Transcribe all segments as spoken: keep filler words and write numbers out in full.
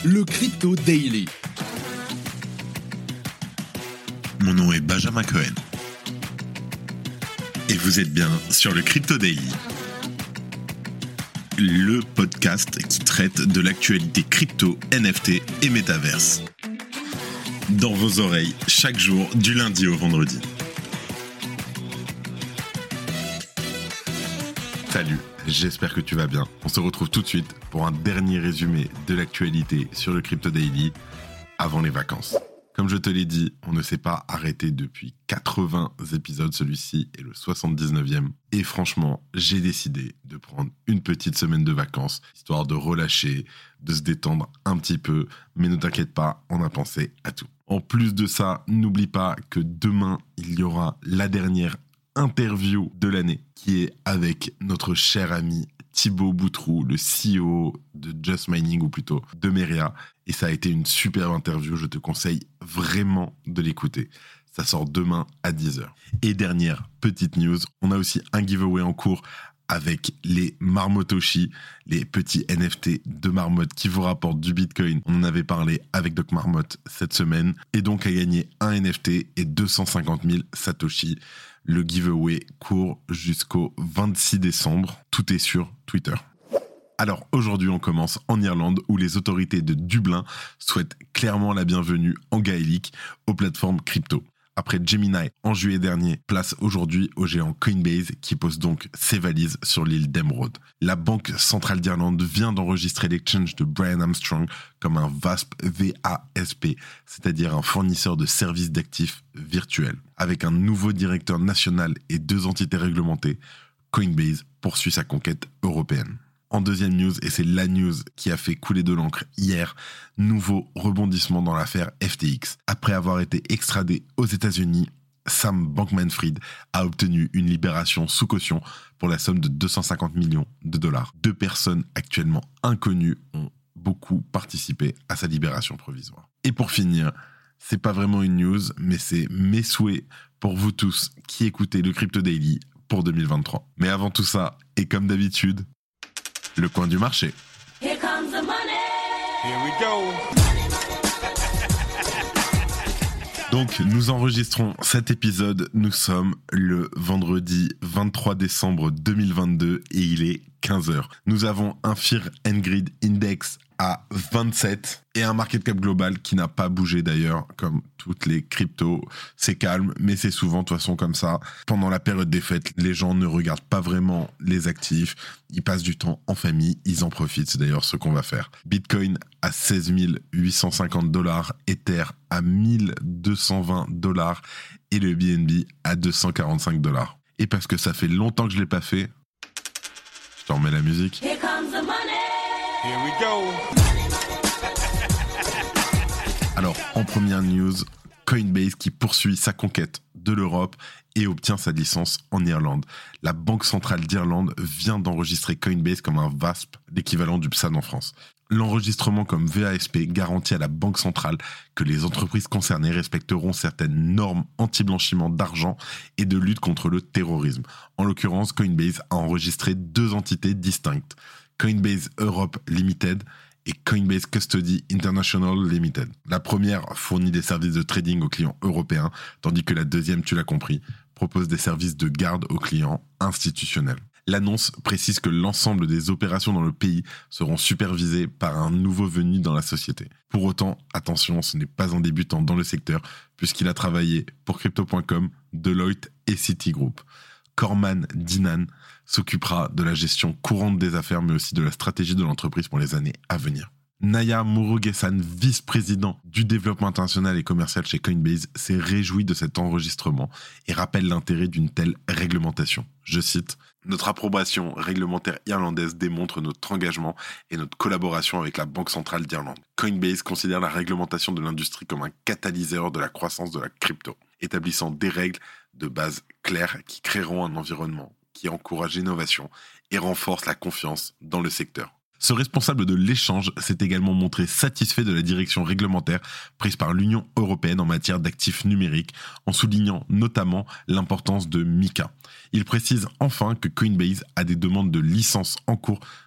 le Crypto Daily. Mon nom est Benjamin Cohen. Et vous êtes bien sur le Crypto Daily, le podcast qui traite de l'actualité crypto, N F T et métaverse. Dans vos oreilles, chaque jour, du lundi au vendredi. Salut, j'espère que tu vas bien. On se retrouve tout de suite pour un dernier résumé de l'actualité sur le Crypto Daily avant les vacances. Comme je te l'ai dit, on ne s'est pas arrêté depuis quatre-vingts épisodes, celui-ci est le soixante-dix-neuvième. Et franchement, j'ai décidé de prendre une petite semaine de vacances, histoire de relâcher, de se détendre un petit peu. Mais ne t'inquiète pas, on a pensé à tout. En plus de ça, n'oublie pas que demain, il y aura la dernière interview de l'année, qui est avec notre cher ami Thibaut Boutroux, le C E O de Just Mining, ou plutôt de Meria. Et ça a été une superbe interview, je te conseille vraiment de l'écouter. Ça sort demain à dix heures. Et dernière petite news, on a aussi un giveaway en cours avec les Marmotoshi, les petits N F T de marmotte qui vous rapportent du Bitcoin. On en avait parlé avec Doc Marmotte cette semaine. Et donc à gagner un N F T et deux cent cinquante mille Satoshi. Le giveaway court jusqu'au vingt-six décembre. Tout est sur Twitter. Alors aujourd'hui, on commence en Irlande où les autorités de Dublin souhaitent clairement la bienvenue en gaélique aux plateformes crypto. Après Gemini en juillet dernier, place aujourd'hui au géant Coinbase qui pose donc ses valises sur l'île d'Emerald. La Banque centrale d'Irlande vient d'enregistrer l'exchange de Brian Armstrong comme un V A S P, V A S P, c'est-à-dire un fournisseur de services d'actifs virtuels. Avec un nouveau directeur national et deux entités réglementées, Coinbase poursuit sa conquête européenne. En deuxième news, et c'est la news qui a fait couler de l'encre hier, nouveau rebondissement dans l'affaire F T X. Après avoir été extradé aux États-Unis, Sam Bankman-Fried a obtenu une libération sous caution pour la somme de deux cent cinquante millions de dollars. Deux personnes actuellement inconnues ont beaucoup participé à sa libération provisoire. Et pour finir, c'est pas vraiment une news, mais c'est mes souhaits pour vous tous qui écoutez le Crypto Daily pour deux mille vingt-trois. Mais avant tout ça, et comme d'habitude, le coin du marché. Here comes the money. Here we go. Donc, nous enregistrons cet épisode. Nous sommes le vendredi vingt-trois décembre deux mille vingt-deux et il est quinze heures. Nous avons un Fear and Greed Index à vingt-sept et un market cap global qui n'a pas bougé d'ailleurs, comme toutes les cryptos. C'est calme, mais c'est souvent de toute façon comme ça. Pendant la période des fêtes, les gens ne regardent pas vraiment les actifs. Ils passent du temps en famille, ils en profitent. C'est d'ailleurs ce qu'on va faire. Bitcoin à seize mille huit cent cinquante dollars, Ether à mille deux cent vingt dollars et le B N B à deux cent quarante-cinq dollars. Et parce que ça fait longtemps que je l'ai pas fait, je t'en remets la musique. Here comes the money. Here we go. Alors, en première news, Coinbase qui poursuit sa conquête de l'Europe et obtient sa licence en Irlande. La Banque centrale d'Irlande vient d'enregistrer Coinbase comme un V A S P, l'équivalent du P S A D en France. L'enregistrement comme V A S P garantit à la Banque centrale que les entreprises concernées respecteront certaines normes anti-blanchiment d'argent et de lutte contre le terrorisme. En l'occurrence, Coinbase a enregistré deux entités distinctes. Coinbase Europe Limited et Coinbase Custody International Limited. La première fournit des services de trading aux clients européens, tandis que la deuxième, tu l'as compris, propose des services de garde aux clients institutionnels. L'annonce précise que l'ensemble des opérations dans le pays seront supervisées par un nouveau venu dans la société. Pour autant, attention, ce n'est pas un débutant dans le secteur, puisqu'il a travaillé pour Crypto point com, Deloitte et Citigroup. Corman Dinan s'occupera de la gestion courante des affaires, mais aussi de la stratégie de l'entreprise pour les années à venir. Naya Murugesan, vice-président du développement international et commercial chez Coinbase, s'est réjoui de cet enregistrement et rappelle l'intérêt d'une telle réglementation. Je cite « Notre approbation réglementaire irlandaise démontre notre engagement et notre collaboration avec la Banque centrale d'Irlande. Coinbase considère la réglementation de l'industrie comme un catalyseur de la croissance de la crypto, établissant des règles de base claires qui créeront un environnement qui encourage l'innovation et renforce la confiance dans le secteur. » Ce responsable de l'échange s'est également montré satisfait de la direction réglementaire prise par l'Union européenne en matière d'actifs numériques, en soulignant notamment l'importance de MiCA. Il précise enfin que Coinbase a des demandes de licence en cours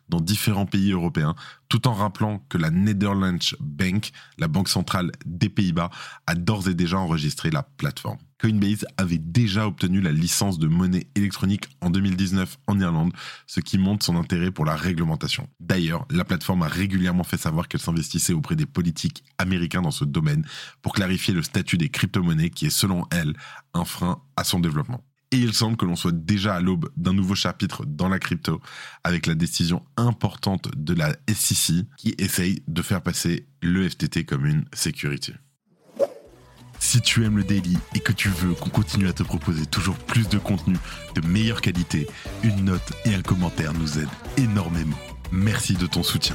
dans différents pays européens, tout en rappelant que la Nederlandsche Bank, la banque centrale des Pays-Bas, a d'ores et déjà enregistré la plateforme. Coinbase avait déjà obtenu la licence de monnaie électronique en deux mille dix-neuf en Irlande, ce qui montre son intérêt pour la réglementation. D'ailleurs, la plateforme a régulièrement fait savoir qu'elle s'investissait auprès des politiques américains dans ce domaine pour clarifier le statut des crypto-monnaies qui est, selon elle, un frein à son développement. Et il semble que l'on soit déjà à l'aube d'un nouveau chapitre dans la crypto avec la décision importante de la S E C qui essaye de faire passer le F T T comme une security. Si tu aimes le daily et que tu veux qu'on continue à te proposer toujours plus de contenu de meilleure qualité, une note et un commentaire nous aident énormément. Merci de ton soutien.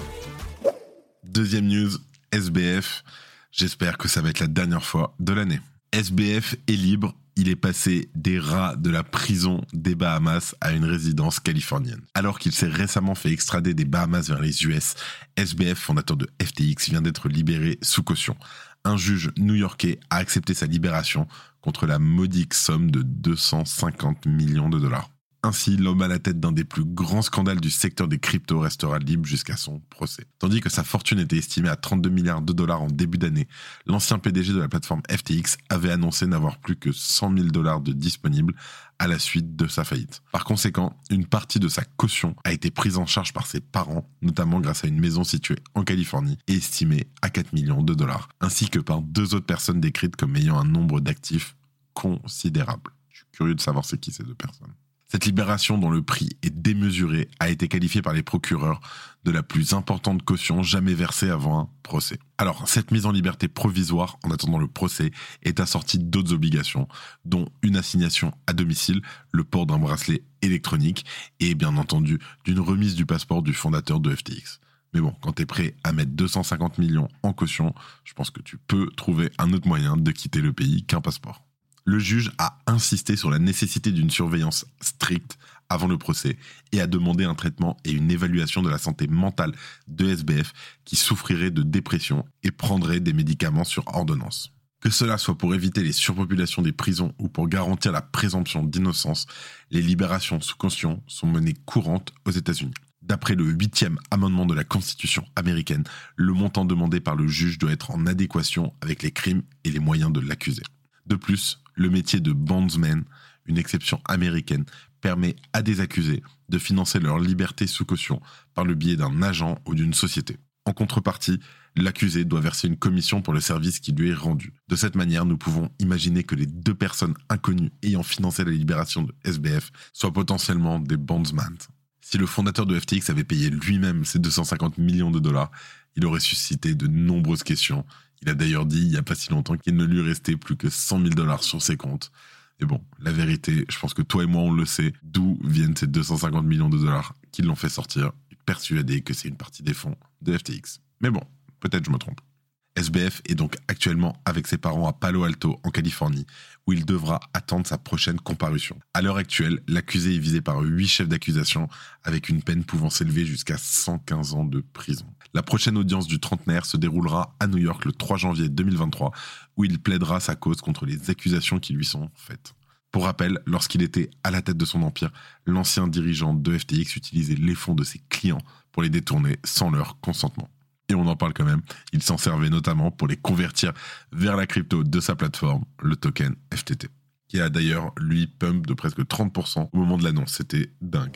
Deuxième news, S B F. J'espère que ça va être la dernière fois de l'année. S B F est libre. Il est passé des rats de la prison des Bahamas à une résidence californienne. Alors qu'il s'est récemment fait extrader des Bahamas vers les U S, S B F, fondateur de F T X, vient d'être libéré sous caution. Un juge new-yorkais a accepté sa libération contre la modique somme de deux cent cinquante millions de dollars. Ainsi, l'homme à la tête d'un des plus grands scandales du secteur des cryptos restera libre jusqu'à son procès. Tandis que sa fortune était estimée à trente-deux milliards de dollars en début d'année, l'ancien P D G de la plateforme F T X avait annoncé n'avoir plus que cent mille dollars de disponibles à la suite de sa faillite. Par conséquent, une partie de sa caution a été prise en charge par ses parents, notamment grâce à une maison située en Californie et estimée à quatre millions de dollars, ainsi que par deux autres personnes décrites comme ayant un nombre d'actifs considérable. Je suis curieux de savoir c'est qui ces deux personnes. Cette libération, dont le prix est démesuré, a été qualifiée par les procureurs de la plus importante caution jamais versée avant un procès. Alors, cette mise en liberté provisoire, en attendant le procès, est assortie d'autres obligations, dont une assignation à domicile, le port d'un bracelet électronique et, bien entendu, d'une remise du passeport du fondateur de F T X. Mais bon, quand t'es prêt à mettre deux cent cinquante millions en caution, je pense que tu peux trouver un autre moyen de quitter le pays qu'un passeport. Le juge a insisté sur la nécessité d'une surveillance stricte avant le procès et a demandé un traitement et une évaluation de la santé mentale de S B F qui souffrirait de dépression et prendrait des médicaments sur ordonnance. Que cela soit pour éviter les surpopulations des prisons ou pour garantir la présomption d'innocence, les libérations sous caution sont menées courantes aux États-Unis. D'après le huitième amendement de la Constitution américaine, le montant demandé par le juge doit être en adéquation avec les crimes et les moyens de l'accusé. De plus, le métier de bondsman, une exception américaine, permet à des accusés de financer leur liberté sous caution par le biais d'un agent ou d'une société. En contrepartie, l'accusé doit verser une commission pour le service qui lui est rendu. De cette manière, nous pouvons imaginer que les deux personnes inconnues ayant financé la libération de S B F soient potentiellement des bondsmen. Si le fondateur de F T X avait payé lui-même ses deux cent cinquante millions de dollars, il aurait suscité de nombreuses questions. Il a d'ailleurs dit, il n'y a pas si longtemps, qu'il ne lui restait plus que cent mille dollars sur ses comptes. Et bon, la vérité, je pense que toi et moi, on le sait, d'où viennent ces deux cent cinquante millions de dollars qui l'ont fait sortir, persuadé que c'est une partie des fonds de F T X. Mais bon, peut-être je me trompe. S B F est donc actuellement avec ses parents à Palo Alto, en Californie, où il devra attendre sa prochaine comparution. À l'heure actuelle, l'accusé est visé par huit chefs d'accusation, avec une peine pouvant s'élever jusqu'à cent quinze ans de prison. La prochaine audience du trentenaire se déroulera à New York le trois janvier deux mille vingt-trois, où il plaidera sa cause contre les accusations qui lui sont faites. Pour rappel, lorsqu'il était à la tête de son empire, l'ancien dirigeant de F T X utilisait les fonds de ses clients pour les détourner sans leur consentement. Et on en parle quand même, il s'en servait notamment pour les convertir vers la crypto de sa plateforme, le token F T T, qui a d'ailleurs, lui, pump de presque trente pour cent au moment de l'annonce. C'était dingue.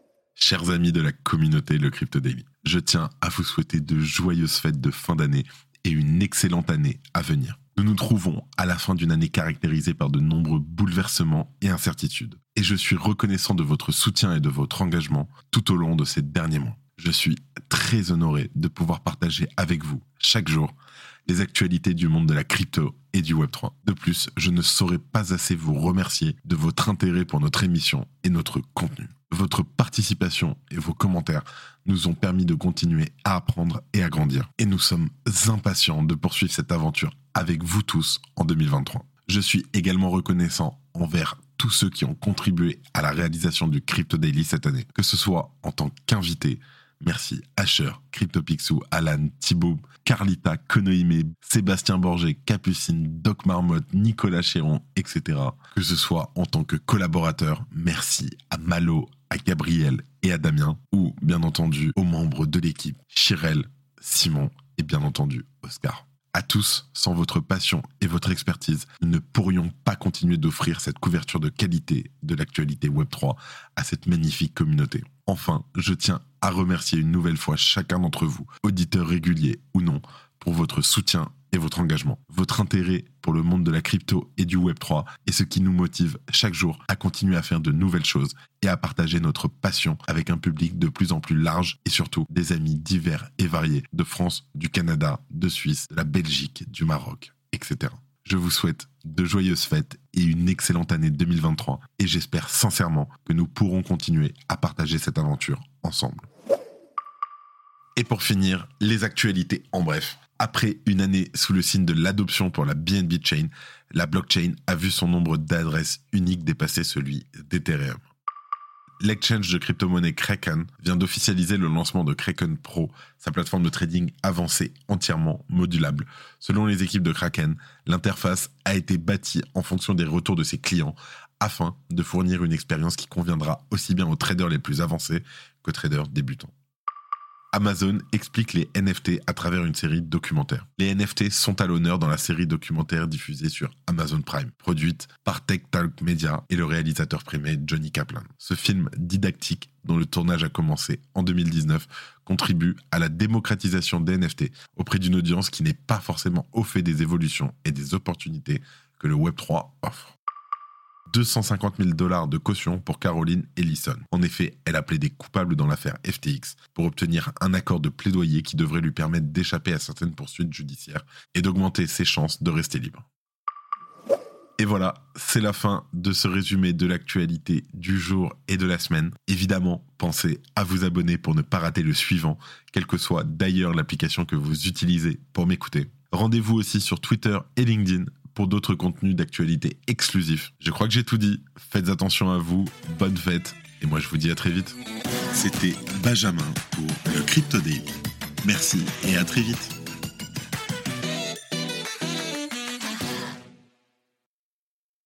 Chers amis de la communauté Le Crypto Daily, je tiens à vous souhaiter de joyeuses fêtes de fin d'année et une excellente année à venir. Nous nous trouvons à la fin d'une année caractérisée par de nombreux bouleversements et incertitudes. Et je suis reconnaissant de votre soutien et de votre engagement tout au long de ces derniers mois. Je suis très honoré de pouvoir partager avec vous, chaque jour, les actualités du monde de la crypto et du web trois. De plus, je ne saurais pas assez vous remercier de votre intérêt pour notre émission et notre contenu. Votre participation et vos commentaires nous ont permis de continuer à apprendre et à grandir. Et nous sommes impatients de poursuivre cette aventure avec vous tous en deux mille vingt-trois. Je suis également reconnaissant envers tous ceux qui ont contribué à la réalisation du Crypto Daily cette année, que ce soit en tant qu'invité, Merci Asher, CryptoPixou, Alan, Thibaut, Carlita, Konohime, Sébastien Borget, Capucine, Doc Marmotte, Nicolas Chéron, et cetera. Que ce soit en tant que collaborateur, merci à Malo, à Gabriel et à Damien, ou bien entendu aux membres de l'équipe, Chirel, Simon et bien entendu Oscar. À tous, sans votre passion et votre expertise, nous ne pourrions pas continuer d'offrir cette couverture de qualité de l'actualité web trois à cette magnifique communauté. Enfin, je tiens à remercier une nouvelle fois chacun d'entre vous, auditeurs réguliers ou non, pour votre soutien et votre engagement. Votre intérêt pour le monde de la crypto et du web trois est ce qui nous motive chaque jour à continuer à faire de nouvelles choses et à partager notre passion avec un public de plus en plus large et surtout des amis divers et variés de France, du Canada, de Suisse, de la Belgique, du Maroc, et cetera. Je vous souhaite de joyeuses fêtes et une excellente année deux mille vingt-trois et j'espère sincèrement que nous pourrons continuer à partager cette aventure ensemble. Et pour finir, les actualités en bref. Après une année sous le signe de l'adoption pour la B N B Chain, la blockchain a vu son nombre d'adresses uniques dépasser celui d'Ethereum. L'exchange de crypto-monnaie Kraken vient d'officialiser le lancement de Kraken Pro, sa plateforme de trading avancée entièrement modulable. Selon les équipes de Kraken, l'interface a été bâtie en fonction des retours de ses clients afin de fournir une expérience qui conviendra aussi bien aux traders les plus avancés qu'aux traders débutants. Amazon explique les N F T à travers une série documentaire. Les N F T sont à l'honneur dans la série documentaire diffusée sur Amazon Prime, produite par Tech Talk Media et le réalisateur primé Johnny Kaplan. Ce film didactique, dont le tournage a commencé en deux mille dix-neuf, contribue à la démocratisation des N F T auprès d'une audience qui n'est pas forcément au fait des évolutions et des opportunités que le web trois offre. deux cent cinquante mille dollars de caution pour Caroline Ellison. En effet, elle a plaidé coupable dans l'affaire F T X pour obtenir un accord de plaidoyer qui devrait lui permettre d'échapper à certaines poursuites judiciaires et d'augmenter ses chances de rester libre. Et voilà, c'est la fin de ce résumé de l'actualité du jour et de la semaine. Évidemment, pensez à vous abonner pour ne pas rater le suivant, quelle que soit d'ailleurs l'application que vous utilisez pour m'écouter. Rendez-vous aussi sur Twitter et LinkedIn pour d'autres contenus d'actualité exclusifs. Je crois que j'ai tout dit. Faites attention à vous, bonne fête, et moi je vous dis à très vite. C'était Benjamin pour le Crypto Daily. Merci et à très vite.